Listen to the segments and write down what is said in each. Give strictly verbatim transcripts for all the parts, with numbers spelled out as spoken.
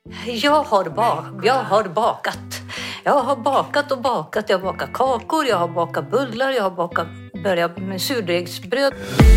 Jag har, bak, jag har bakat. Jag har bakat och bakat. Jag har bakat kakor, jag har bakat bullar, jag har bakat börjat med surdegsbröd.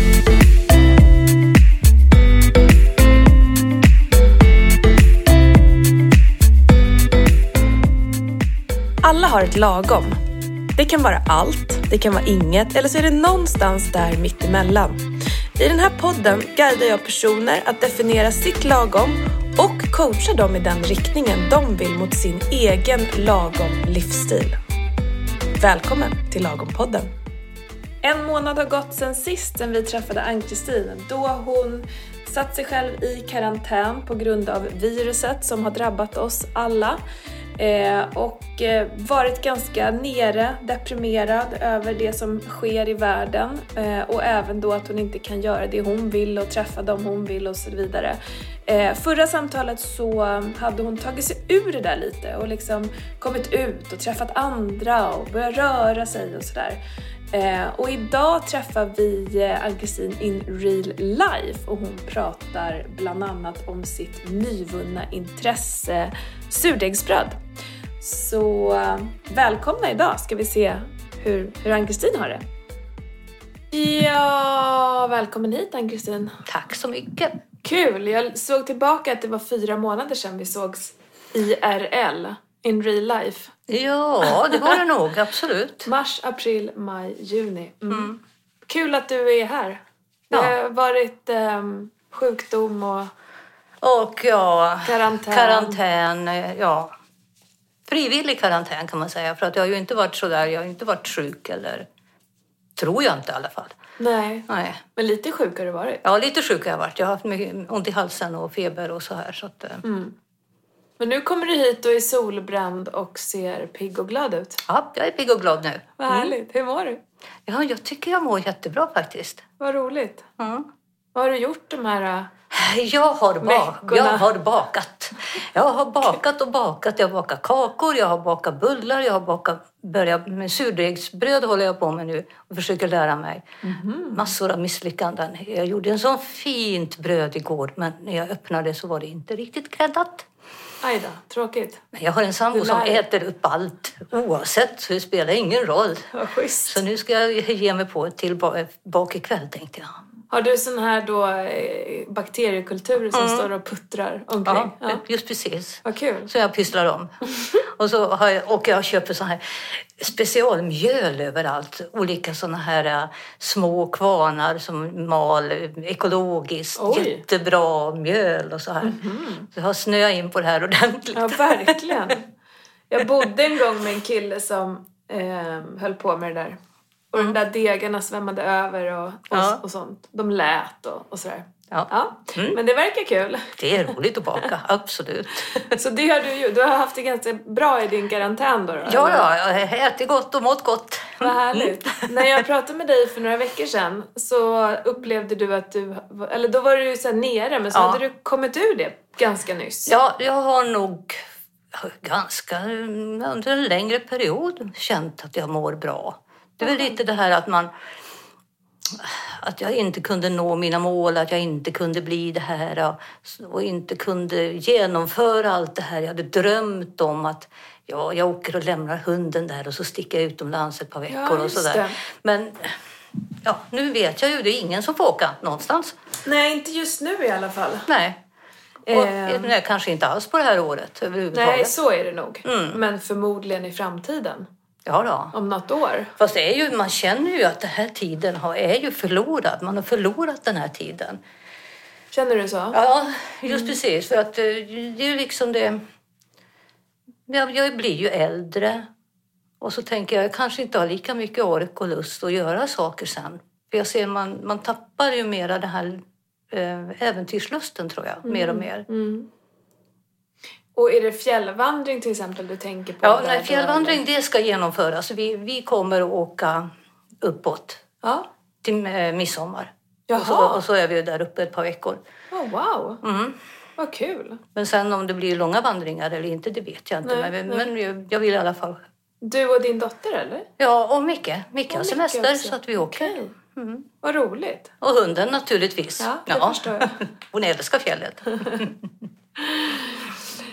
Alla har ett lagom. Det kan vara allt, det kan vara inget eller så är det någonstans där mittemellan. I den här podden guidar jag personer att definiera sitt lagom och coachar dem i den riktningen de vill mot sin egen lagom livsstil. Välkommen till Lagom-podden. En månad har gått sedan sist sen vi träffade Ann-Kristin, då hon satt sig själv i karantän på grund av viruset som har drabbat oss alla. Eh, och eh, varit ganska nere, deprimerad över det som sker i världen eh, och även då att hon inte kan göra det hon vill och träffa dem hon vill och så vidare. Eh, förra samtalet så hade hon tagit sig ur det där lite och liksom kommit ut och träffat andra och börjat röra sig och sådär. Eh, och idag träffar vi eh, Ann-Kristin in real life och hon pratar bland annat om sitt nyvunna intresse surdegsbröd. Så eh, välkomna idag, ska vi se hur, hur Ann-Kristin har det. Ja, välkommen hit Ann-Kristin. Tack så mycket. Kul, jag såg tillbaka att det var fyra månader sedan vi sågs I R L. In real life. Ja, det var det nog, absolut. Mars, april, maj, juni. Mm. Mm. Kul att du är här. Det Ja. har varit um, sjukdom och Och ja, karantän. karantän, ja. Frivillig karantän kan man säga. För att jag har ju inte varit så där, jag har inte varit sjuk eller tror jag inte i alla fall. Nej, Nej. men lite sjuk har du varit. Ja, lite sjuk har jag varit. Jag har haft mycket ont i halsen och feber och så här. Så att, Mm. Men nu kommer du hit och är solbränd och ser pigg och glad ut. ja, jag är pigg och glad nu. Vad härligt. Hur mår du? Ja, jag tycker jag mår jättebra faktiskt. Vad roligt. Mm. Vad har du gjort de här... Uh... Jag har, ba- Veckorna. jag har bakat. Jag har bakat och bakat. Jag har bakat kakor, jag har bakat bullar, jag har bakat börjat med surdegsbröd håller jag på med nu och försöker lära mig. Mm-hmm. Massor av misslyckanden. Jag gjorde en sån fint bröd igår, men när jag öppnade så var det inte riktigt gräddat. Aj då, tråkigt. Men jag har en sambo som äter upp allt oavsett, så det spelar ingen roll. Vad schysst. Så nu ska jag ge mig på ett till bak ikväll, tänkte jag. Har du sån här då eh, bakteriekultur som mm. står och puttrar omkring? Ja, Ja. just precis. Vad kul. Så jag pysslar om. och så har jag, och jag köper sån här specialmjöl överallt. Olika såna här uh, små kvarnar som mal ekologiskt. Oj. Jättebra mjöl och så här. Mm-hmm. Så jag har snöat in på det här ordentligt. Ja, verkligen. Jag bodde en gång med en kille som eh, höll på med det där. Och mm. de där degarna svämmade över och, och, ja. och sånt. De lät och, och sådär. Ja. Ja. Mm. Men det verkar kul. Det är roligt att baka, absolut. Så det har du ju. Du har haft det ganska bra i din karantän då? då ja, ja, jag har ätit gott och mått gott. Vad härligt. Mm. När jag pratade med dig för några veckor sedan så upplevde du att du... Eller då var du ju så här nere, men så ja. hade du kommit ur det ganska nyss. Ja, jag har nog ganska under en längre period känt att jag mår bra. Det är väl lite det här att man att jag inte kunde nå mina mål, att jag inte kunde bli det här och inte kunde genomföra allt det här. Jag hade drömt om att ja, jag åker och lämnar hunden där och så sticker jag utomlands ett par veckor ja, och sådär. Men ja, nu vet jag ju, det är ingen som får åka någonstans. Nej, inte just nu i alla fall. Nej. Och eh, nej, kanske inte alls på det här året överhuvudtaget. Nej, så är det nog. Mm. Men förmodligen i framtiden. Ja då. Om något år. Fast det är ju, man känner ju att den här tiden har, är ju förlorad. Man har förlorat den här tiden. Känner du så? Ja, just mm. precis. För att det är ju liksom det... Jag, jag blir ju äldre. Och så tänker jag, jag kanske inte har lika mycket ork och lust att göra saker sen. För jag ser, man, man tappar ju mera den här äh, äventyrslusten tror jag. Mm. Mer och mer. Mm. Och är det fjällvandring till exempel du tänker på? Ja, nej, fjällvandring det ska genomföras. Vi, vi kommer att åka uppåt ja. till eh, midsommar. Jaha. Och, så, och så är vi där uppe ett par veckor. Oh, wow, mm. vad kul. Men sen om det blir långa vandringar eller inte, det vet jag inte. Nej, men nej. men jag, jag vill i alla fall. Du och din dotter eller? Ja, och Micke. Micke har semester också. Så att vi åker. Okay. Mm. Vad roligt. Och hunden naturligtvis. Ja, det ja. förstår jag. Hon älskar fjället.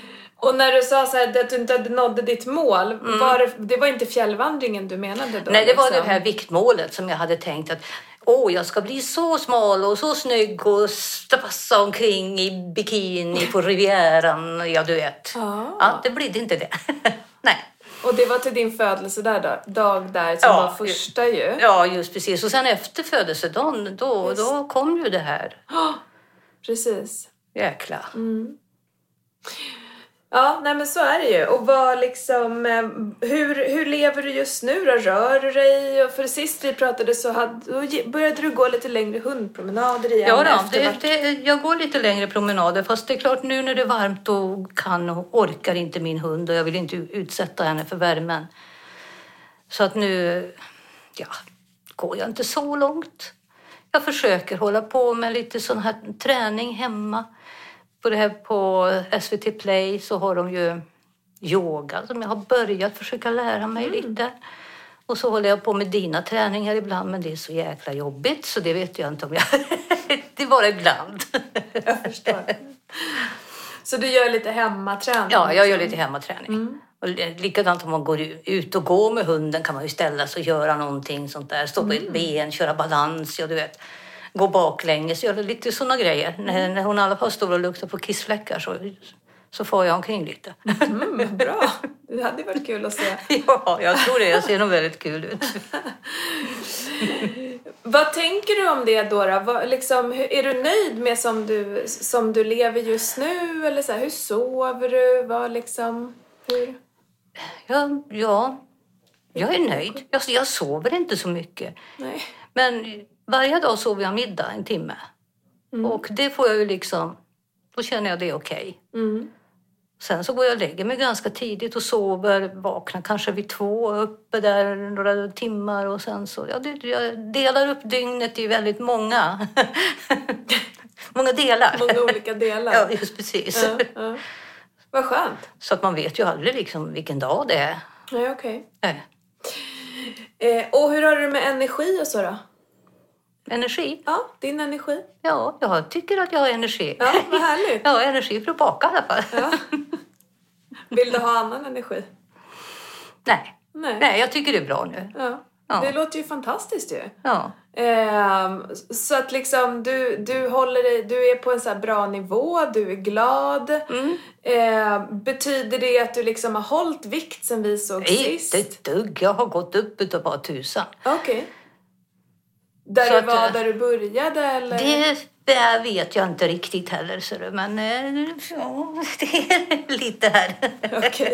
Och när du sa så här, att du inte nådde ditt mål, mm. var det, det var inte fjällvandringen du menade då? Nej, det var liksom. det här viktmålet som jag hade tänkt att åh, jag ska bli så smal och så snygg och stassa omkring i bikini på Rivieran, ja du vet. Ah. Ja, det blir inte det. Nej. Och det var till din födelsedag dag där som ja, var första ju. Ja, just precis. Och sen efter födelsedagen, då, då kom ju det här. Oh, precis. Jäkla. Mm. Ja, nej men så är det ju. Och vad liksom, hur, hur lever du just nu då? Rör du dig? Och för sist vi pratade så hade, då började du gå lite längre hundpromenader igen. Ja då, det, det, jag går lite längre promenader. Fast det är klart nu när det är varmt då kan och orkar inte min hund. Och jag vill inte utsätta henne för värmen. Så att nu, ja, går jag inte så långt. Jag försöker hålla på med lite sån här träning hemma. På det här på S V T Play så har de ju yoga som jag har börjat försöka lära mig mm. lite. Och så håller jag på med dina träningar ibland, men det är så jäkla jobbigt så det vet jag inte om jag... det är bara ibland. Jag förstår. Så du gör lite hemmaträning? Ja, jag gör lite hemmaträning. Mm. Och likadant om man går ut och går med hunden kan man ju ställa sig och göra någonting sånt där. Stå på mm. ett ben, köra balans, ja du vet. Gå baklänges, göra lite såna grejer. Mm. När, när hon i alla fall står och luktar på kissfläckar så, så får jag omkring lite. Mm, bra, det hade varit kul att se. Ja, jag tror det. Jag ser nog väldigt kul ut. Vad tänker du om det då? då? Vad, liksom, är du nöjd med som du, som du lever just nu? Eller så här, hur sover du? Vad liksom, hur? Ja, ja, jag är nöjd. Jag, jag sover inte så mycket. Nej. Men varje dag sover jag middag en timme. Mm. Och det får jag ju liksom, då känner jag det är okej. Okay. Mm. Sen så går jag och lägger mig ganska tidigt och sover, vaknar kanske vid två, uppe där några timmar och sen så, ja, jag delar upp dygnet i väldigt många, många delar. Många olika delar. Ja, just precis. Ja, ja. Vad skönt. Så att man vet ju aldrig liksom vilken dag det är. Nej, okej. Okay. Eh, och hur har du med energi och så då? Energi? Ja, din energi. Ja, jag tycker att jag har energi. Ja, vad härligt. Ja, energi för att baka i alla fall. Ja. Vill du ha annan energi? Nej. Nej. Nej, jag tycker det är bra nu. Ja. Ja. Det låter ju fantastiskt ju. Ja. Eh, så att liksom du, du håller dig, du är på en så här bra nivå, du är glad. Mm. Eh, betyder det att du liksom har hållit vikt sen vi såg Nej, sist? Inte ett dugg. Jag har gått upp utav bara tusan. Okej. Okay. Där så du att, var där du började eller? Det, det vet jag inte riktigt heller, så det, men ja, det är lite här. Okej. Okay.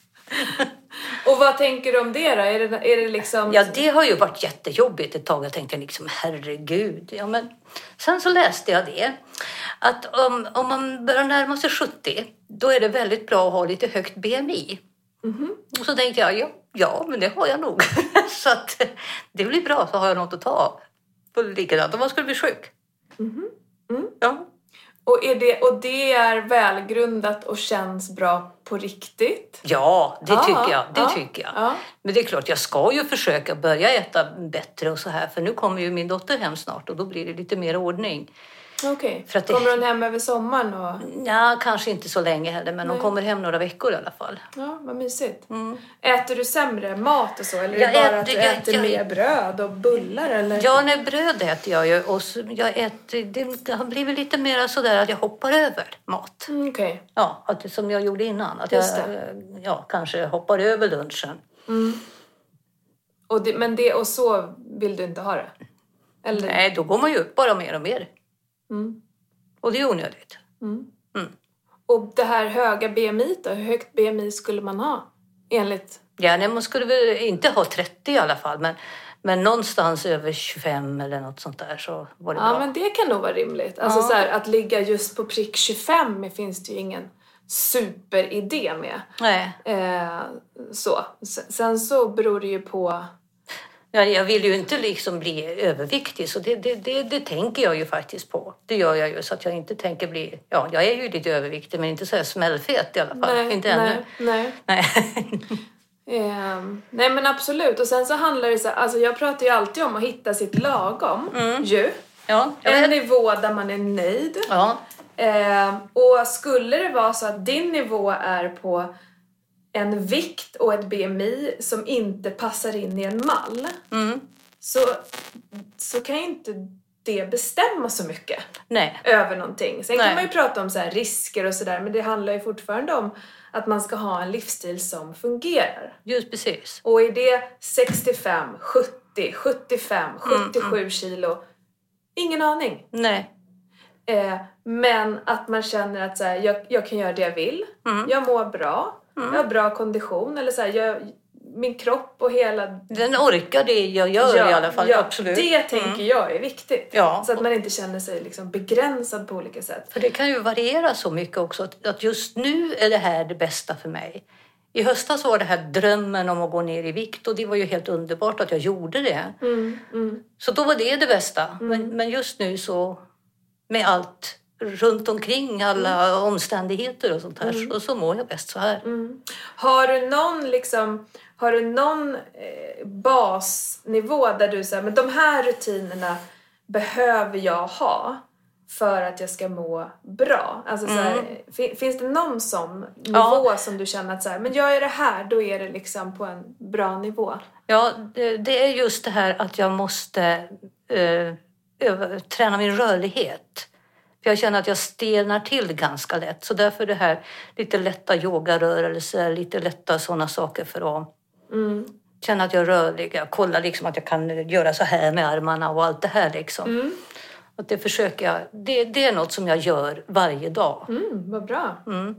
Och vad tänker du om det då? Är det, är det liksom... Ja, det har ju varit jättejobbigt ett tag. Jag tänkte liksom, herregud. Ja, men sen så läste jag det. Att om, om man börjar närma sig sjuttio, då är det väldigt bra att ha lite högt B M I. Mm-hmm. Och så tänkte jag, ja, ja men det har jag nog. Så att det blir bra, så har jag något att ta av. Likadant om man skulle bli sjuk. Mm-hmm. Mm. Ja. Och, är det, och det är välgrundat och känns bra på riktigt? Ja, det ah, tycker jag. Det ah, tycker jag. Ah. Men det är klart, jag ska ju försöka börja äta bättre och så här. För nu kommer ju min dotter hem snart och då blir det lite mer ordning. Okej. Okay. Kommer hon hem över sommaren? Och... Ja, kanske inte så länge heller. Men Nej. hon kommer hem några veckor i alla fall. Ja, vad mysigt. Mm. Äter du sämre mat och så? Eller är det jag bara äter, att du jag, äter jag, mer bröd och bullar? Eller? Ja, nej, bröd äter jag ju. Och så, jag äter, det har blivit lite mer sådär att jag hoppar över mat. Mm, Okej. Okay. Ja, att, som jag gjorde innan. Att jag ja, kanske hoppar över lunchen. Mm. Och det, men det och så vill du inte ha det? Eller? Nej, då går man ju upp bara mer och mer. Mm. Och det är onödigt. Mm. Mm. Och det här höga B M I då? Hur högt B M I skulle man ha? Enligt? Ja, nej, man skulle väl inte ha trettio i alla fall. Men, men någonstans över tjugofem eller något sånt där så var det ja, bra. Ja, men det kan nog vara rimligt. Alltså ja. så här, att ligga just på prick tjugofem finns det ju ingen superidé med. Nej. Eh, så. Sen så beror det ju på... Ja, jag vill ju inte liksom bli överviktig, så det, det, det, det tänker jag ju faktiskt på. Det gör jag ju, så att jag inte tänker bli... Ja, jag är ju lite överviktig, men inte så här smällfet i alla fall. Nej, inte nej, ännu. Nej, nej. eh, nej, men absolut. Och sen så handlar det så här... Alltså jag pratar ju alltid om att hitta sitt lagom. Mm. Ju. Ja, en nivå där man är nöjd. Ja. Eh, och skulle det vara så att din nivå är på en vikt och ett B M I som inte passar in i en mall, Mm. så, så kan ju inte det bestämma så mycket. Nej. Över någonting. Sen Nej. kan man ju prata om så här risker och sådär, men det handlar ju fortfarande om att man ska ha en livsstil som fungerar. Just precis. Och är det sextiofem, sjuttio, sjuttiofem, sjuttiosju mm. kilo? Ingen aning. Nej. Eh, men att man känner att så här, jag, jag kan göra det jag vill. Mm. Jag mår bra. Mm. Jag har bra kondition. Eller så här, jag, min kropp och hela... Den orkar det jag gör ja, i alla fall. Ja, absolut. Det tänker mm. jag är viktigt. Ja. Så att man inte känner sig liksom begränsad på olika sätt. För det kan ju variera så mycket också. Att just nu är det här det bästa för mig. I höstas var det här drömmen om att gå ner i vikt. Och det var ju helt underbart att jag gjorde det. Mm, mm. Så då var det det bästa. Mm. Men, men just nu så med allt runt omkring, alla mm. omständigheter och sånt här. Mm. Så, så mår jag bäst så här. Mm. Har du någon liksom... Har du någon eh, basnivå där du säger, men de här rutinerna behöver jag ha för att jag ska må bra? Alltså så här, Mm. fin- finns det någon sån nivå Ja. som du känner att så här, men jag är det här, då är det liksom på en bra nivå? Ja, det, det är just det här att jag måste eh, öva, träna min rörlighet. För jag känner att jag stelnar till ganska lätt. Så därför det här lite lätta yogarörelser, lite lätta sådana saker för att Mm. känna att jag är rörlig. Jag kollar liksom att jag kan göra så här med armarna och allt det här liksom. Mm. Och det försöker jag, det, det är något som jag gör varje dag. Mm, vad bra. Mm.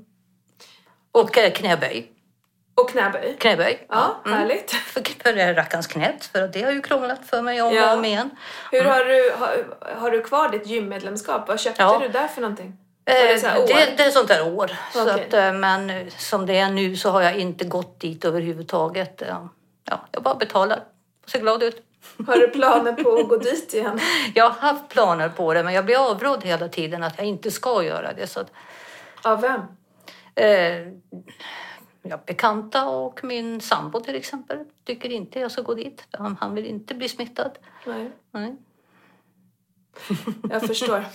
Och eh, knäböj. Och knäböj? Knäböj. Ja, Mm. härligt. För, för det är rackarns knät, för det har ju krånglat för mig om Ja. och om igen. Hur Mm. har, du, har, har du kvar ditt gymmedlemskap? Vad köpte Ja. du där för någonting? Eh, Var det så här år? det, det är sånt där år. Så Okej. att, eh, men eh, som det är nu så har jag inte gått dit överhuvudtaget. Ja, ja, jag bara betalar. Ser glad ut. Har du planer på att gå dit igen? Jag har haft planer på det, men jag blir avrådd hela tiden att jag inte ska göra det. Så att, Av vem? eh, ja, bekanta och min sambo till exempel tycker inte jag ska gå dit. Han, han vill inte bli smittad. Nej, Nej. jag förstår.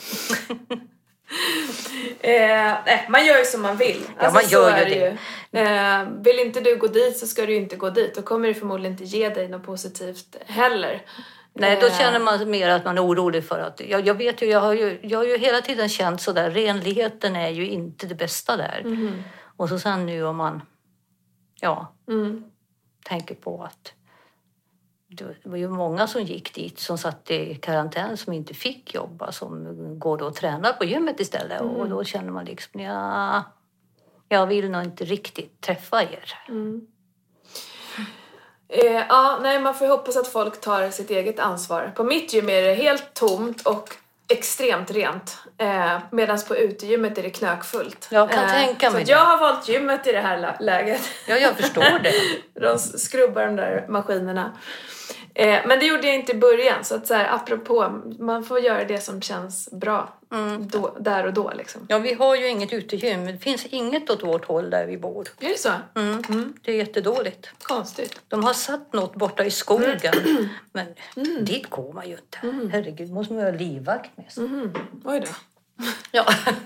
eh, nej, man gör ju som man vill. Ja, man så gör är ju det. Ju. Eh, vill inte du gå dit så ska du inte gå dit. Då kommer det förmodligen inte ge dig något positivt heller. Nej, då Eh, känner man mer att man är orolig för att... Jag, jag vet ju, jag har ju, jag har ju hela tiden känt så där, renligheten är ju inte det bästa där. mhm. Och så sen nu om man, ja, Mm. tänker på att det var ju många som gick dit som satt i karantän som inte fick jobba, som går då och tränar på gymmet istället. Mm. Och då känner man liksom, ja, jag vill nog inte riktigt träffa er. Mm. Eh, ja, nej, man får ju hoppas att folk tar sitt eget ansvar. På mitt gym är det helt tomt och extremt rent. Eh, Medan på utegymmet är det knökfullt. Jag kan eh, tänka så mig att det. jag har valt gymmet i det här lä- läget. Ja, jag förstår det. De skrubbar de där maskinerna. Eh, men det gjorde jag inte i början. Så att så här, apropå, man får göra det som känns bra. Mm. Då, där och då liksom. Ja, vi har ju inget utegym. Det finns inget åt vårt håll där vi bor. Är det så? Mm. Mm. Det är jättedåligt. Konstigt. De har satt något borta i skogen. Men Mm. dit går man ju inte. Mm. Herregud, måste man ha livvakt med sig. Mhm. Oj då. Ja.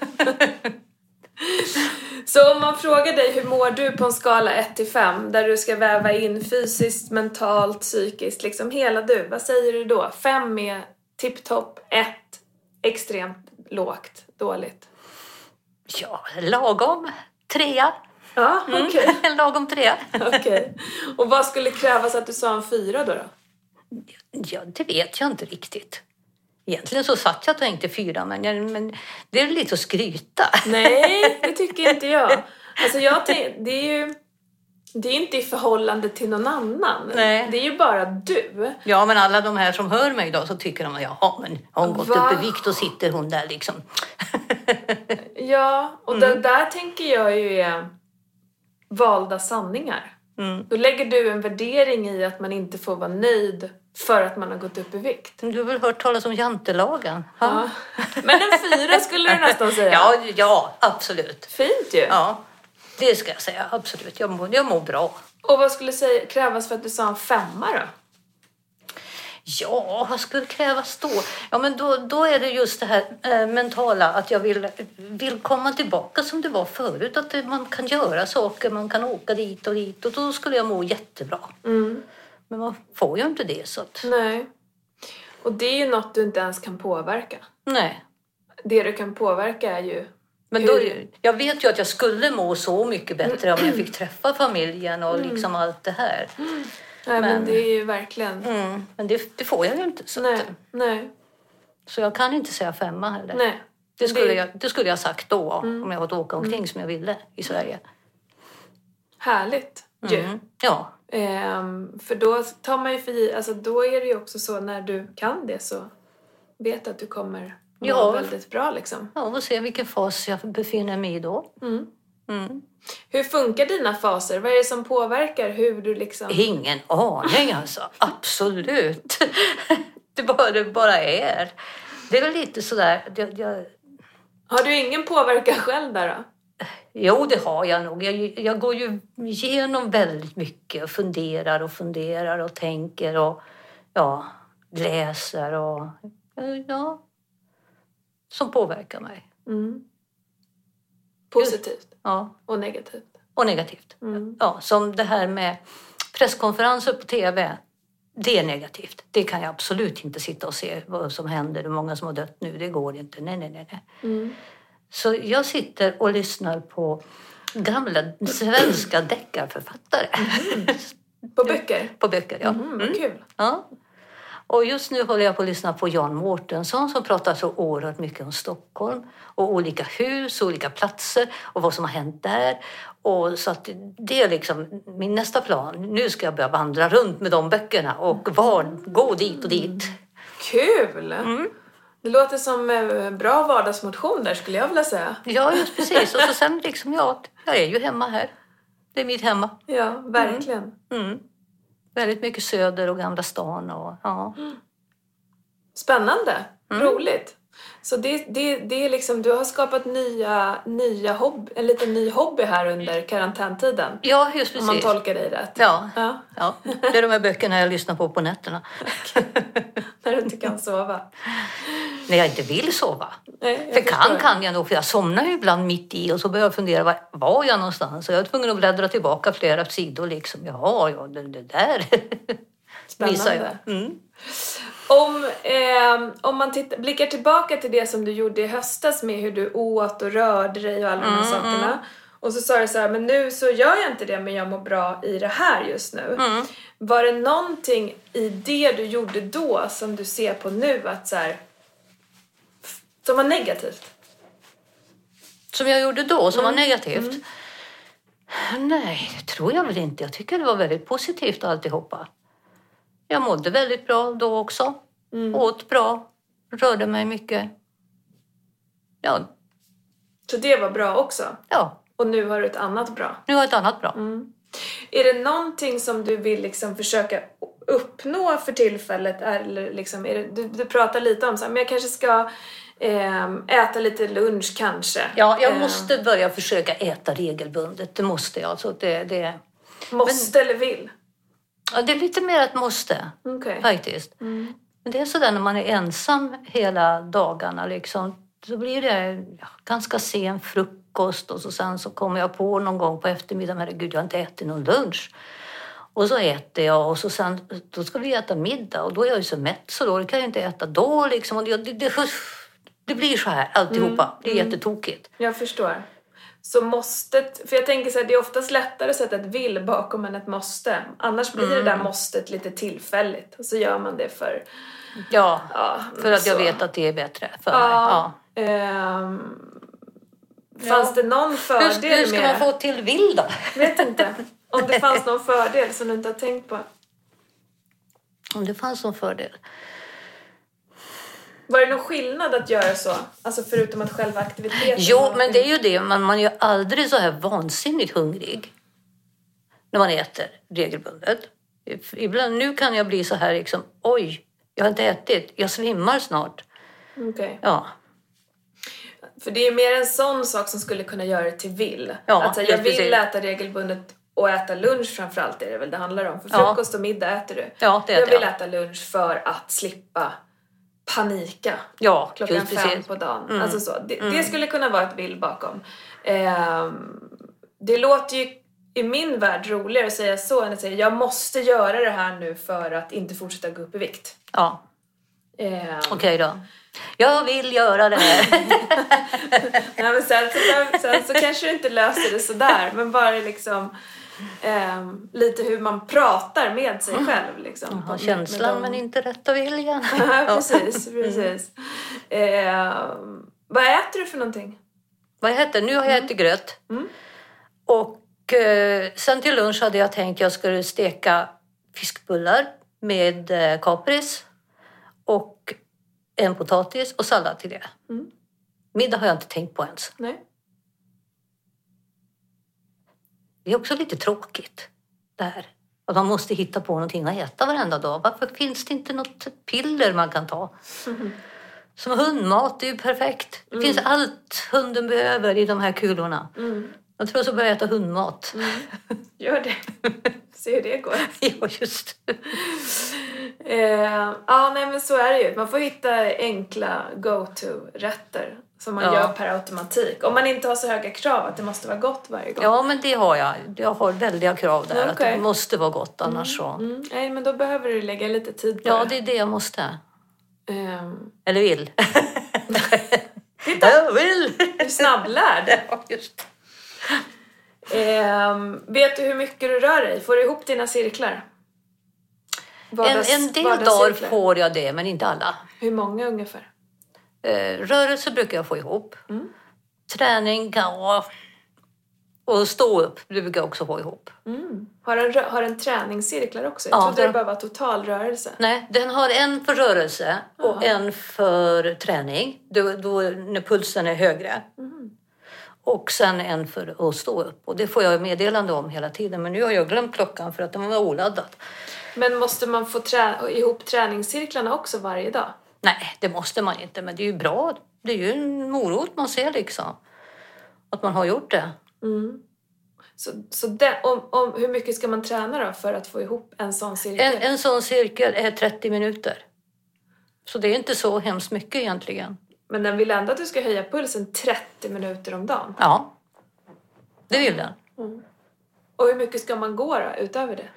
Så om man frågar dig hur mår du på en skala ett till fem, där du ska väva in fysiskt, mentalt, psykiskt, liksom hela du, vad säger du då? fem är tipptopp, ett extremt lågt, dåligt. Ja, lagom. Trea. Ja, Mm. okej. En lagom trea. Okej. Och vad skulle krävas att du sa en fyra då? då? Ja, det vet jag inte riktigt. Egentligen så satt jag och tänkte fyra, men, jag, men det är lite att skryta. Nej, det tycker inte jag. Alltså jag tänk, det är ju det är inte i förhållande till någon annan. Nej. Det är ju bara du. Ja, men alla de här som hör mig idag så tycker de att jaha, men har hon gått Va? upp i vikt och sitter hon där liksom. Ja, och Mm. det där tänker jag ju är valda sanningar. Mm. Då lägger du en värdering i att man inte får vara nöjd för att man har gått upp i vikt. Du har väl hört talas om jantelagen? Ja. Men en fyra skulle du nästan säga. Ja, ja, absolut. Fint ju. Ja, det ska jag säga. Absolut. Jag mår, jag mår bra. Och vad skulle säga, krävas för att du sa en femma då? Ja, vad skulle krävas då? Ja, men då, då är det just det här äh, mentala, att jag vill, vill komma tillbaka som det var förut. Att det, man kan göra saker, man kan åka dit och dit och då skulle jag må jättebra. Mm. Men man får ju inte det så att... Nej. Och det är ju något du inte ens kan påverka. Nej. Det du kan påverka är ju... Men då, jag vet ju att jag skulle må så mycket bättre om jag fick träffa familjen och liksom mm. allt det här. Mm. Nej, men, men det är ju verkligen... Mm, men det, det får jag ju inte. Så, nej, att, nej. så jag kan inte säga femma heller. Nej. Det skulle, det... Jag, det skulle jag sagt då mm. om jag fått åka omkring mm. som jag ville i Sverige. Härligt ju. Mm. Ja. Ehm, för då tar man ju för alltså då är det ju också så när du kan det så vet att du kommer må ja. väldigt bra liksom. Ja, och se vilken fas jag befinner mig i då. Mm. Mm. Hur funkar dina faser? Vad är det som påverkar hur du liksom... Ingen aning alltså. Absolut. det, bara, det bara är. Det är väl lite sådär... Jag, jag... Har du ingen påverkan själv där då? Jo, det har jag nog. Jag, jag går ju igenom väldigt mycket och funderar och funderar och tänker och ja, läser och ja, som påverkar mig. Mm. Positivt? Ja. Och negativt? Och negativt. Mm. Ja, som det här med presskonferenser på tv. Det är negativt. Det kan jag absolut inte sitta och se vad som händer. Hur många som har dött nu. Det går inte. Nej, nej, nej. nej. Mm. Så jag sitter och lyssnar på gamla svenska deckarförfattare. Mm. På böcker? På böcker, ja. Mm, vad kul. Mm. Ja. Och just nu håller jag på att lyssna på Jan Mårtensson som pratar så oerhört mycket om Stockholm. Och olika hus, olika platser och vad som har hänt där. Och så att det är liksom min nästa plan. Nu ska jag börja vandra runt med de böckerna och var, gå dit och dit. Kul! Mm. Det låter som bra vardagsmotion där skulle jag vilja säga. Ja, just precis. Och så sen liksom, ja, jag är ju hemma här. Det är mitt hemma. Ja, verkligen. Mm. Mm. Väldigt mycket söder och Gamla stan. Och, ja. Spännande. Mm. Roligt. Så det, det, det är liksom, du har skapat nya, nya hobby, en liten ny hobby här under karantäntiden. Ja, just precis. Om man tolkar dig rätt. Ja, ja. ja. Det är de här böckerna jag lyssnar på på nätterna. När du inte kan sova. När jag inte vill sova. Nej, för kan kan jag nog, för jag somnar ju ibland mitt i och så börjar jag fundera, var var jag någonstans? Så jag är tvungen att bläddra tillbaka flera sidor liksom. Jaha, ja, det, det där Spännande. Jag. Mm. Om, eh, om man tittar, blickar tillbaka till det som du gjorde i höstas med hur du åt och rörde dig och alla de här mm, sakerna. Mm. Och så sa du så här, men nu så gör jag inte det, men jag mår bra i det här just nu. Mm. Var det någonting i det du gjorde då som du ser på nu att så här, som var negativt? Som jag gjorde då, som mm. var negativt? Mm. Nej, det tror jag väl inte. Jag tycker det var väldigt positivt alltihopa. Jag mådde väldigt bra då också. Mm. Åt bra. Rörde mig mycket. Ja. Så det var bra också? Ja. Och nu har du ett annat bra? Nu har jag ett annat bra. Mm. Är det någonting som du vill liksom försöka uppnå för tillfället? Eller liksom, är det, du, du pratar lite om så här, men jag kanske ska eh, äta lite lunch kanske. Ja, jag eh. måste börja försöka äta regelbundet. Det måste jag. Alltså det, det... Måste men... eller vill? Ja, det är lite mer ett måste, okay. faktiskt. Mm. Men det är sådär när man är ensam hela dagarna liksom. Så blir det ja, ganska sen frukost och så sen så kommer jag på någon gång på eftermiddagen, herregud, jag har inte ätit någon lunch. Och så äter jag och så sen, då ska vi äta middag och då är jag ju så mätt så då kan jag inte äta då liksom. Och det, det, det, det blir så här alltihopa, mm. det är mm. jättetokigt. Jag förstår. Så måstet, för jag tänker så här, det är oftast lättare att sätta ett vill bakom än ett måste. Annars blir mm. det där måstet lite tillfälligt. Och så gör man det för... Ja, ja för att så. Jag vet att det är bättre för ja, mig. Ja. Ähm, fanns ja. det någon fördel med hur, hur ska man få till vill då? Vet inte. Om det fanns någon fördel som du inte har tänkt på. Om det fanns någon fördel... Var det någon skillnad att göra så? Alltså förutom att själva aktiviteten... Jo, men det är ju det. Man, man är ju aldrig så här vansinnigt hungrig. När man äter regelbundet. Ibland, nu kan jag bli så här liksom... Oj, jag har inte ätit. Jag svimmar snart. Okej. Okay. Ja. För det är mer en sån sak som skulle kunna göra det till vill. Ja, att här, jag vill precis. äta regelbundet Och äta lunch framförallt är det väl det handlar om. För frukost ja. och middag äter du. Ja, det äter jag. Jag vill äta lunch för att slippa panika. Ja, klockan just fem precis. på dagen. Mm. Alltså så. Det, mm. det skulle kunna vara ett bild bakom. Eh, det låter ju i min värld roligare att säga så än att säga jag måste göra det här nu för att inte fortsätta gå upp i vikt. Ja. Eh, Okej okay då. Jag vill göra det här. Nej, men sen, så, sen så kanske du inte löser det sådär. Men bara liksom eh, lite hur man pratar med sig själv. Liksom, Aha, känslan med de... men inte rätta viljan. precis, precis. Eh, vad äter du för någonting? Vad jag äter? Nu har jag ätit gröt. Mm. Och eh, sen till lunch hade jag tänkt att jag skulle steka fiskbullar med eh, kapris. Och en potatis och sallad till det. Mm. Middag har jag inte tänkt på ens. Nej. Det är också lite tråkigt det här. Att man måste hitta på någonting att äta varenda dag. Varför finns det inte något piller man kan ta? Mm. Som hundmat, det är ju perfekt. Det mm. finns allt hunden behöver i de här kulorna. Mm. Jag tror så börjar jag äta hundmat. Mm. Gör det. Se hur det går. Ja, just. eh, ja, nej men så är det ju. Man får hitta enkla go-to-rätter som man ja. gör per automatik. Om man inte har så höga krav att det måste vara gott varje gång. Ja, men det har jag. Jag har väldiga krav där. Okay. Att det måste vara gott, annars mm. så. Mm. Nej, men då behöver du lägga lite tid på ja, det. Ja, det är det jag måste. Um... Eller vill. Titta! Jag vill! Du är snabblärd. Ja, just um, Vet du hur mycket du rör dig? Får du ihop dina cirklar? Vardags, en, en del dagar får jag det, men inte alla. Hur många ungefär? Eh, rörelse brukar jag få ihop. Mm. Träning kan jag... Och stå upp, det brukar jag också få ihop. Mm. Har en, har en träningscirklar också? Jag ja, trodde den... det bara var total rörelse. Nej, den har en för rörelse och Aha. en för träning. Då, då, när pulsen är högre. Mm. Och sen en för att stå upp. Och det får jag meddelande om hela tiden. Men nu har jag glömt klockan för att den var oladdad. Men måste man få trä- ihop träningscirklarna också varje dag? Nej, det måste man inte. Men det är ju bra. Det är ju en morot man ser liksom. Att man har gjort det. Mm. Så, så det, om, om, hur mycket ska man träna då för att få ihop en sån cirkel? En, en sån cirkel är trettio minuter. Så det är inte så hemskt mycket egentligen. Men den vill ändå att du ska höja pulsen trettio minuter om dagen? Ja, det vill den. Mm. Och hur mycket ska man gå då, utöver det?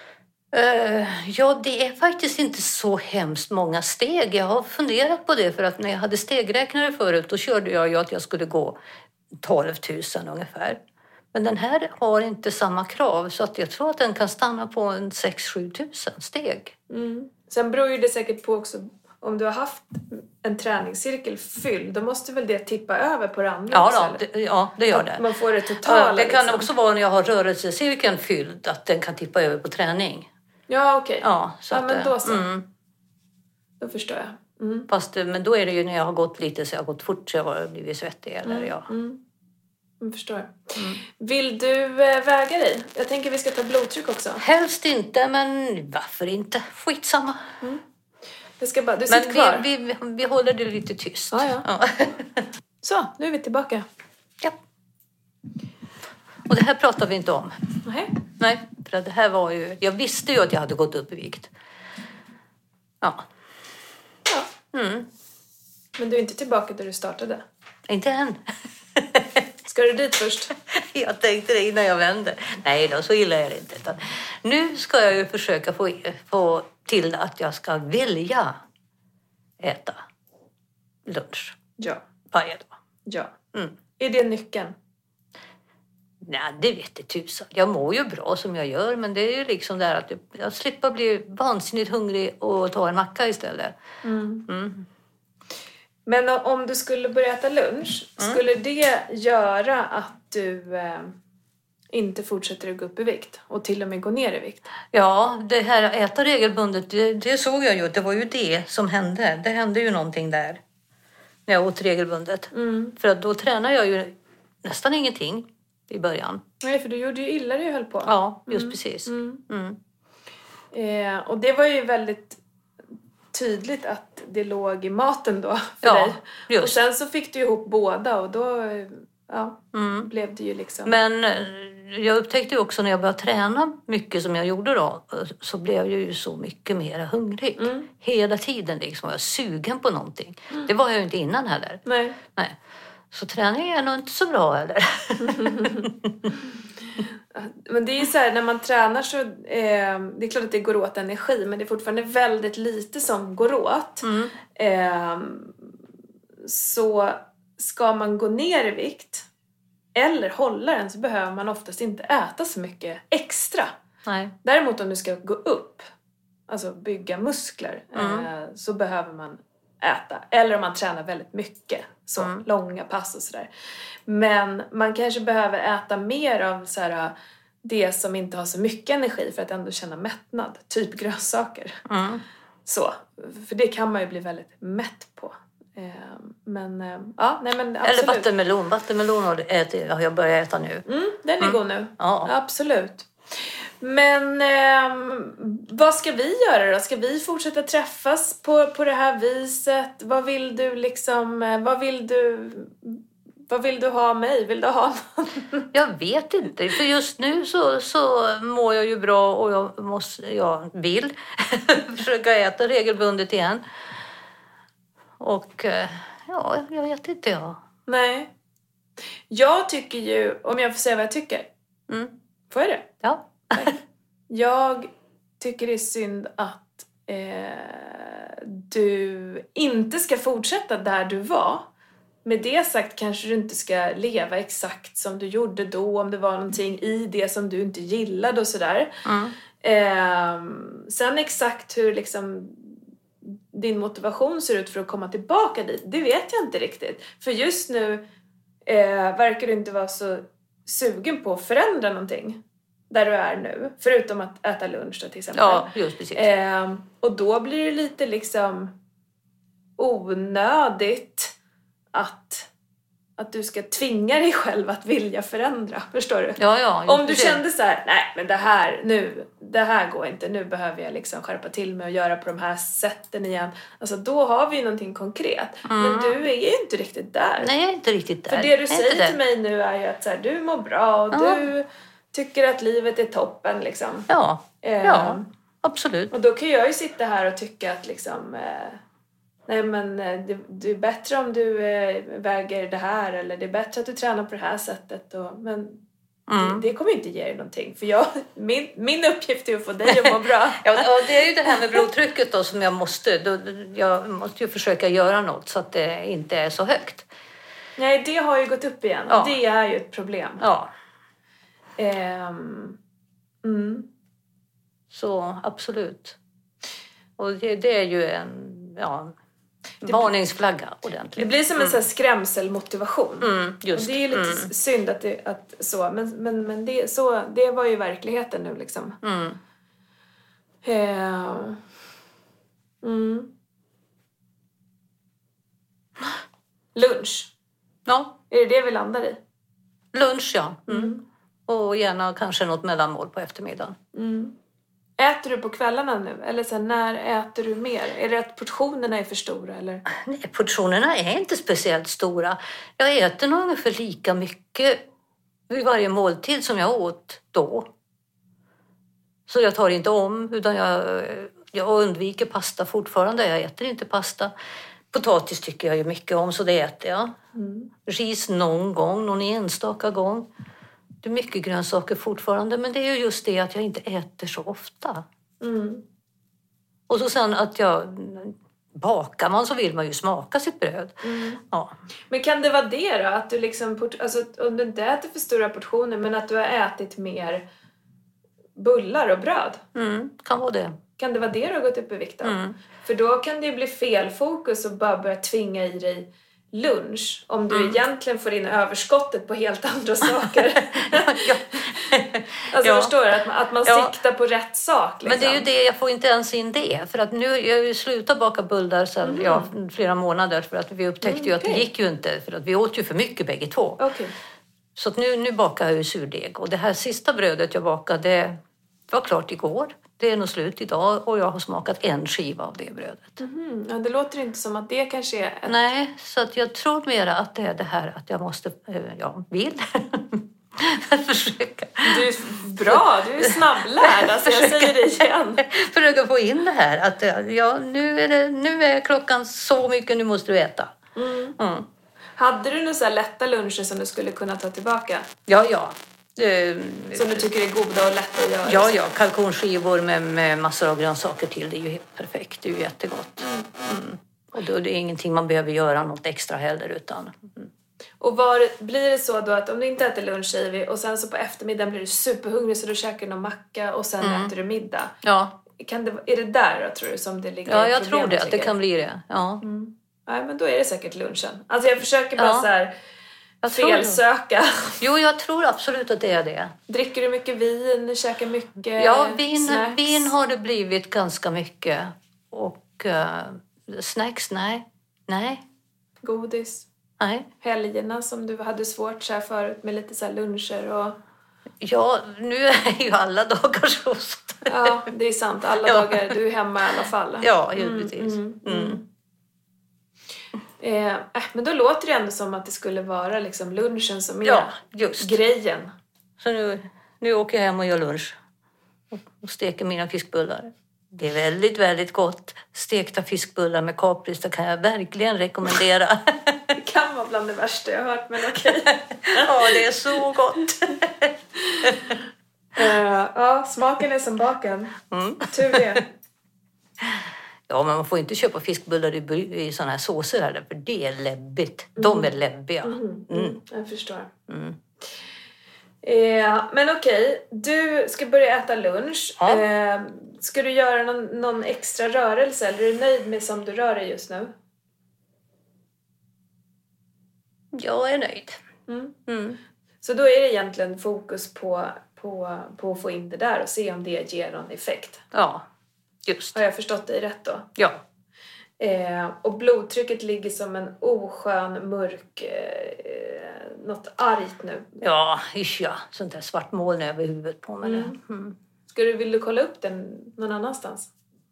Uh, ja, det är faktiskt inte så hemskt många steg. Jag har funderat på det för att när jag hade stegräknare förut då körde jag ju att jag skulle gå tolv tusen ungefär. Men den här har inte samma krav så att jag tror att den kan stanna på en sex sju tusen steg. Mm. Sen beror ju det säkert på också om du har haft en träningscirkel fylld, då måste väl det tippa över på det andra ja, också? Då, det, ja, det gör det. Man får det totala. Ja, det kan liksom. också vara när jag har rörelsecirkeln fylld att den kan tippa över på träning. Ja, okej. Okay. Ja, så ja, att, men då så. Mm. Då förstår jag. Mm. Fast, men då är det ju när jag har gått lite så jag har gått fort så jag har blivit svettig. Eller, mm. ja. Mm. Jag förstår. Mm. Vill du äh, väga dig? Jag tänker vi ska ta blodtryck också. Helst inte, men varför inte? Skitsamma. Mm. Det ska bara, du men sitter kvar. Vi, vi, vi håller det lite tyst. Ja, ja. Ja. Så, nu är vi tillbaka. Ja. Och det här pratar vi inte om. Nej. Nej, för det här var ju... Jag visste ju att jag hade gått upp i vikt. Ja. Ja. Mm. Men du är inte tillbaka där du startade? Inte än. Ska du dit först? Jag tänkte det innan jag vände. Nej då, så illa är det inte. Utan nu ska jag ju försöka få, få till att jag ska vilja äta lunch. Ja. Varje dag. Ja. Mm. Är det nyckeln? Nej, det vet jag tusan. Jag mår ju bra som jag gör. Men det är ju liksom där att jag slipper bli vansinnigt hungrig och ta en macka istället. Mm. Mm. Men om du skulle börja äta lunch, mm. skulle det göra att du eh, inte fortsätter att gå upp i vikt och till och med gå ner i vikt? Ja, det här att äta regelbundet, det, det såg jag ju. Det var ju det som hände. Det hände ju någonting där när jag åt regelbundet. Mm. För att då tränar jag ju nästan ingenting i början. Nej, för du gjorde ju illa det höll på. Ja, just mm. precis. Mm. Mm. Eh, och det var ju väldigt tydligt att det låg i maten då för ja, dig. Just. Och sen så fick du ihop båda och då ja, mm. blev det ju liksom... Men jag upptäckte ju också när jag började träna mycket som jag gjorde då, så blev jag ju så mycket mer hungrig. Mm. Hela tiden liksom var jag sugen på någonting. Mm. Det var jag ju inte innan heller. Nej. Nej. Så träning är nog inte så bra heller. Men det är ju så här, när man tränar så, eh, det är klart att det går åt energi, men det är fortfarande väldigt lite som går åt. Mm. Eh, så ska man gå ner i vikt eller hålla den, så behöver man oftast inte äta så mycket extra. Nej. Däremot om du ska gå upp, alltså bygga muskler, Mm. eh, så behöver man äta. Eller om man tränar väldigt mycket, så Mm. långa pass och sådär. Men man kanske behöver äta mer av så här, det som inte har så mycket energi för att ändå känna mättnad. Typ grönsaker. Mm. Så, för det kan man ju bli väldigt mätt på. Eh, men, eh, ja, nej men absolut. Eller vattenmelon. Vattenmelon har ätit, har jag börjat äta nu. Mm, den är Mm. god nu. Ja. Absolut. Men eh, vad ska vi göra då? Ska vi fortsätta träffas på, på det här viset? Vad vill du liksom, eh, vad vill du, vad vill du ha mig? Vill du ha någon? Jag vet inte, för just nu så, så mår jag ju bra och jag, måste, jag vill försöka äta regelbundet igen. Och eh, ja, jag vet inte jag. Nej. Jag tycker ju, om jag får säga vad jag tycker. Mm. Får jag det? Ja. Jag tycker det är synd att eh, du inte ska fortsätta där du var. Med det sagt kanske du inte ska leva exakt som du gjorde då, om det var någonting i det som du inte gillade och sådär. Mm. Eh, sen exakt hur liksom din motivation ser ut för att komma tillbaka dit, det vet jag inte riktigt. För just nu eh, verkar du inte vara så sugen på att förändra någonting där du är nu. Förutom att äta lunch då, till exempel. Ja, just precis. Eh, och då blir det lite liksom onödigt att, att du ska tvinga dig själv att vilja förändra. Förstår du? Ja, ja. Om du det. kände så här, nej men det här nu, det här går inte. Nu behöver jag liksom skärpa till mig och göra på de här sätten igen. Alltså då har vi ju någonting konkret. Mm. Men du är ju inte riktigt där. Nej, jag är inte riktigt där. För det du säger det. till mig nu är ju att så här, du mår bra och Ja. du tycker att livet är toppen liksom. Ja, Eh, ja, absolut. Och då kan jag ju sitta här och tycka att liksom, eh, nej men eh, det, det är bättre om du eh, väger det här, eller det är bättre att du tränar på det här sättet. Och, men Mm. det, det kommer inte ge dig någonting. För jag, min, min uppgift är att få dig att må bra. Ja, ja, det är ju det här med blodtrycket då som jag måste. Då, jag måste ju försöka göra något så att det inte är så högt. Nej, det har ju gått upp igen. Ja. Och det är ju ett problem. Ja, Ehm, mm. så absolut. Och det, det är ju en ja, varningsflagga ordentligt. Det blir som en sån här skrämselmotivation. Mm, just. Och det är ju lite Mm. synd att det att så. Men, men, men det, så, det var ju verkligheten nu liksom. Mm. Ehm, mm. Lunch. Ja, Är det det vi landar i? lunch ja. Mm. Mm. Och gärna kanske något mellanmål på eftermiddagen. Mm. Äter du på kvällarna nu? Eller så här, när äter du mer? Är det att portionerna är för stora? Eller? Nej, portionerna är inte speciellt stora. Jag äter nog ungefär lika mycket vid varje måltid som jag åt då. Så jag tar inte om, utan jag, jag undviker pasta fortfarande. Jag äter inte pasta. Potatis tycker jag ju mycket om, så det äter jag. Mm. Ris någon gång, någon enstaka gång. Det är mycket grönsaker fortfarande, men det är ju just det att jag inte äter så ofta. Mm. Och så sen att jag... Bakar man så vill man ju smaka sitt bröd. Mm. Ja. Men kan det vara det då? Att du liksom, port- alltså, om du inte äter för stora portioner, men att du har ätit mer bullar och bröd? Mm, kan vara det. Kan det vara det du har gått upp i vikt av? Mm. För då kan det ju bli fel fokus och bara börja tvinga i dig lunch. Om du Mm. egentligen får in överskottet på helt andra saker. Ja. Alltså Ja. förstår du? Att man, att man Ja. siktar på rätt sak. Liksom. Men det är ju det, jag får inte ens in det. För att nu, jag har ju slutat baka bullar sedan Mm. ja, flera månader. För att vi upptäckte Mm, ju att det okej. gick ju inte. För att vi åt ju för mycket bägge två. Okej. Så att nu, nu bakar jag ju surdeg. Och det här sista brödet jag bakade, det var klart igår. Det är nog slut idag och jag har smakat en skiva av det brödet. Mhm. Ja, det låter inte som att det kanske är ett... Nej, så att jag tror mera att det är det här att jag måste, eh, ja, vill Försöka. Du är bra, du är snabblärd. Alltså jag säger det igen. Försöka få in det här. Att ja, nu, är det, nu är klockan så mycket, nu måste du äta. Mm. Mm. Hade du några så här lätta luncher som du skulle kunna ta tillbaka? Ja, ja. Uh, som du tycker är goda och lätta att göra? Ja, ja. Kalkonskivor med, med massor av grönsaker till. Det är ju helt perfekt. Det är ju jättegott. Mm. Mm. Och då är det ingenting man behöver göra något extra heller. Utan, mm. Och var, blir det så då att om du inte äter lunch, säger vi, och sen så på eftermiddagen blir du superhungrig så du käkar någon macka och sen mm. äter du middag? Ja. Kan det, är det där då, tror du, som det ligger? Ja, jag tror det. Att det kan bli det. Ja. Mm. Nej, men då är det säkert lunchen. Alltså jag försöker bara ja. så här felsöka. Jo, jag tror absolut att det är det. Dricker du mycket vin? Käkar mycket Ja, vin, snacks? Vin har det blivit ganska mycket. Och uh, snacks, nej. Nej. Godis? Nej. Helgerna som du hade svårt så här förut med lite så här luncher och... Ja, nu är ju alla dagar så. Ja, det är sant. Alla ja. dagar. Du är hemma i alla fall. Ja, givetvis. Mm, mm, mm. Eh, men då låter det ändå som att det skulle vara liksom lunchen som är ja, just. grejen. Så nu, nu åker jag hem och gör lunch. Och steker mina fiskbullar. Det är väldigt, väldigt gott. Stekta fiskbullar med kapris, det kan jag verkligen rekommendera. Det kan vara bland det värsta jag har hört, men okej. Ja, det är så gott. uh, ja, smaken är som baken. Mm. Tur det. Ja, men man får inte köpa fiskbullar i, i såna här såser här, för det är läbbigt. De är läbbiga. Mm. Mm. Jag förstår. Mm. Eh, men okej, du ska börja äta lunch. Ja. Eh, ska du göra någon, någon extra rörelse, eller är du nöjd med som du rör dig just nu? Jag är nöjd. Mm. Mm. Så då är det egentligen fokus på, på, på att få in det där och se om det ger någon effekt. Ja, just. Har jag förstått dig rätt då? Ja. Eh, och blodtrycket ligger som en oskön, mörk, eh, något argt nu. Ja, isch ja. Sånt där svart moln över huvudet på mig. Mm. Mm. Ska du, vill du kolla upp den någon annanstans?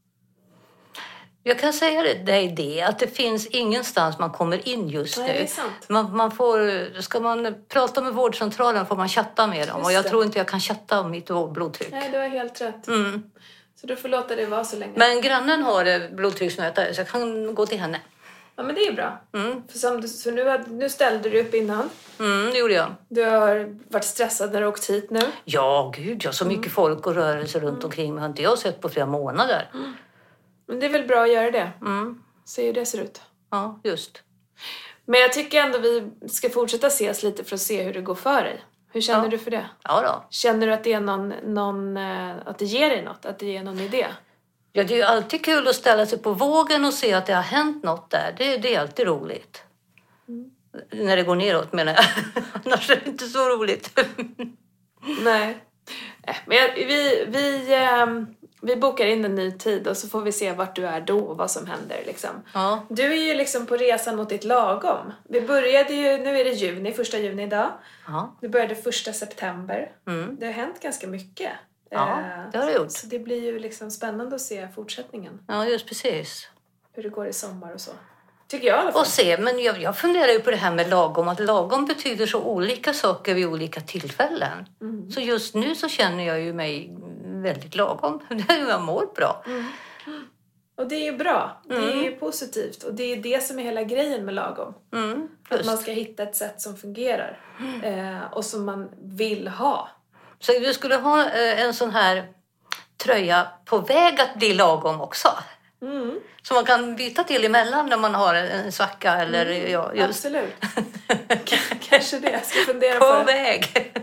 Jag kan säga dig det, att det finns ingenstans man kommer in just Nej, nu. Det är sant. Man, man får, ska man prata med vårdcentralen får man chatta med dem. Just och jag det. tror inte jag kan chatta om mitt blodtryck. Nej, du har helt rätt. Mm. Så du får låta det vara så länge. Men grannen har blodtrycksmätare så jag kan gå till henne. Ja, men det är bra. Mm. För, som du, för nu, hade, nu ställde du upp innan. Mm, det gjorde jag. Du har varit stressad när du åkt hit nu. Ja, gud. Jag har så mycket mm. folk och rörelser runt mm. omkring mig. Har inte jag sett på flera månader. Mm. Men det är väl bra att göra det. Mm. Se hur det ser ut. Ja, just. Men jag tycker ändå vi ska fortsätta ses lite för att se hur det går för dig. Hur känner ja. du för det? Ja då. Känner du att det är någon, någon, att det ger dig något? Att det ger någon idé? Ja, det är ju alltid kul att ställa sig på vågen och se att det har hänt något där. Det, det är alltid roligt. Mm. När det går neråt menar jag. Annars är det inte så roligt. Nej. Men jag, vi, vi, ähm, vi bokar in en ny tid och så får vi se vart du är då och vad som händer. Liksom. Ja. Du är ju liksom på resan mot ditt lagom. Vi började ju, nu är det juni, första juni idag. Ja. Vi började första september. Mm. Det har hänt ganska mycket. Ja, det har det gjort. Så det blir ju liksom spännande att se fortsättningen. Ja, just precis. Hur det går i sommar och så. Tycker jag i alla fall. Och se, men jag, jag funderar ju på det här med lagom. Att lagom betyder så olika saker vid olika tillfällen. Mm. Så just nu så känner jag ju mig väldigt lagom. Jag mår bra. Mm. Och det är ju bra. Det är ju mm. positivt. Och det är det som är hela grejen med lagom. Mm, att man ska hitta ett sätt som fungerar. Mm. Eh, och som man vill ha. Så du skulle ha en sån här tröja på väg att bli lagom också? Mm. Så man kan byta till emellan när man har en svacka eller mm. ja, just. Absolut. K- kanske det. Jag ska fundera på på det. På väg.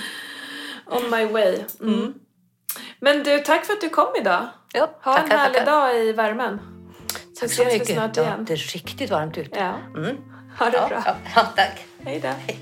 On my way. Mm. Mm. Men du, tack för att du kom idag. Ja, ha tackar, en härlig tackar. dag i värmen. Så tack så ses mycket. vi snart ja, igen. det är riktigt varmt ute. Ja. Mm. Ha det ja, bra. Ja, ja, tack. Hej då. Hej.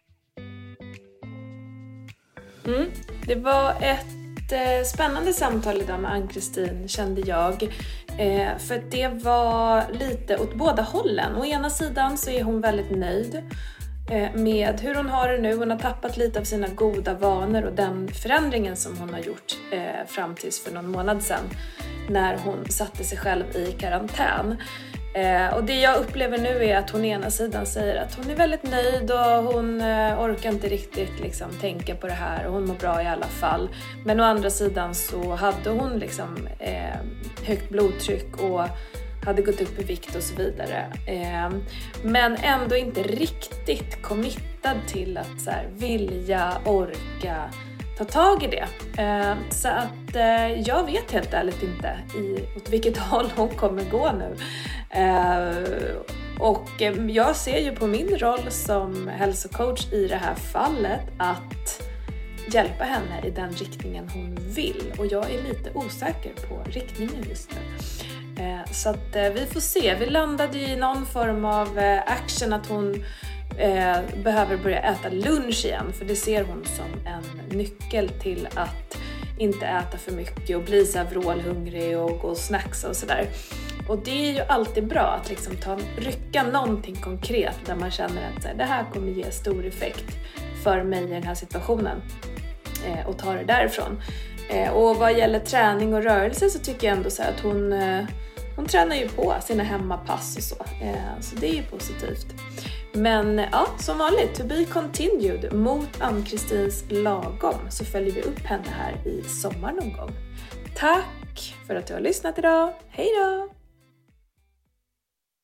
Mm. Det var ett eh, spännande samtal idag med Ann-Kristin, kände jag. Eh, för det var lite åt båda hållen. Å ena sidan så är hon väldigt nöjd eh, med hur hon har det nu. Hon har tappat lite av sina goda vanor och den förändringen som hon har gjort eh, fram tills för någon månad sedan. När hon satte sig själv i karantän. Eh, och det jag upplever nu är att hon ena sidan säger att hon är väldigt nöjd och hon eh, orkar inte riktigt liksom tänka på det här och hon mår bra i alla fall. Men å andra sidan så hade hon liksom eh, högt blodtryck och hade gått upp i vikt och så vidare. Eh, men ändå inte riktigt committad till att så här, vilja, orka ta tag i det. Eh, så att eh, jag vet helt ärligt inte i, åt vilket håll hon kommer gå nu. Eh, och eh, jag ser ju på min roll som hälsocoach i det här fallet att hjälpa henne i den riktningen hon vill. Och jag är lite osäker på riktningen just nu. Eh, så att eh, vi får se. Vi landade i någon form av eh, action att hon eh, behöver börja äta lunch igen. För det ser hon som en nyckel till att inte äta för mycket och bli så här vrålhungrig och gå och snacksa och sådär. Och det är ju alltid bra att liksom ta, rycka någonting konkret där man känner att så här, det här kommer ge stor effekt för mig i den här situationen. Eh, och ta det därifrån. Eh, och vad gäller träning och rörelse så tycker jag ändå så här att hon, eh, hon tränar ju på sina hemmapass och så. Eh, så det är ju positivt. Men ja, som vanligt, to be continued mot Ann-Kristins lagom så följer vi upp henne här i sommar någon gång. Tack för att du har lyssnat idag. Hej då!